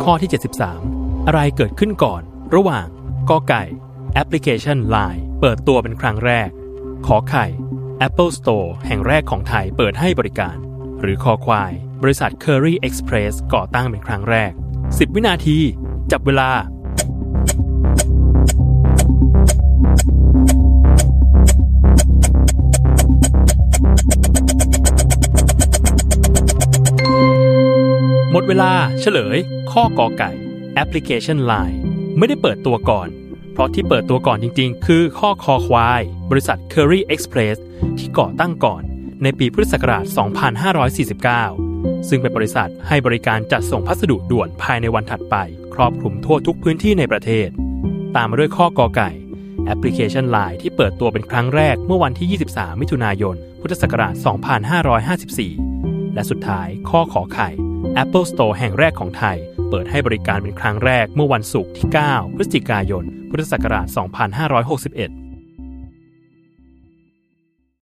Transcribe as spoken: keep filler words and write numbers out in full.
ข้อที่เจ็ดสิบสามอะไรเกิดขึ้นก่อนระหว่างกอไก่แอปพลิเคชัน ไลน์ เปิดตัวเป็นครั้งแรกขอไข่ Apple Store แห่งแรกของไทยเปิดให้บริการหรือคอควายบริษัท Curry Express ก่อตั้งเป็นครั้งแรกสิบวินาทีจับเวลาหมดเวลาเฉลยข้อกอไก่แอปพลิเคชัน ไลน์ ไม่ได้เปิดตัวก่อนเพราะที่เปิดตัวก่อนจริงๆคือข้อคอควายบริษัท Curry Express ที่ก่อตั้งก่อนในปีพุทธศักราชสองพันห้าร้อยสี่สิบเก้าซึ่งเป็นบริษัทให้บริการจัดส่งพัสดุด่วนภายในวันถัดไปครอบคลุมทั่วทุกพื้นที่ในประเทศตามมาด้วยข้อกอไก่แอปพลิเคชัน ไลน์ ที่เปิดตัวเป็นครั้งแรกเมื่อวันที่ยี่สิบสามมิถุนายนพุทธศักราชสองพันห้าร้อยห้าสิบสี่และสุดท้ายข้อขอไข่ Apple Store แห่งแรกของไทยเปิดให้บริการเป็นครั้งแรกเมื่อวันศุกร์ที่เก้าพฤศจิกายนพุทธศักราชสองพันห้าร้อยหกสิบเอ็ด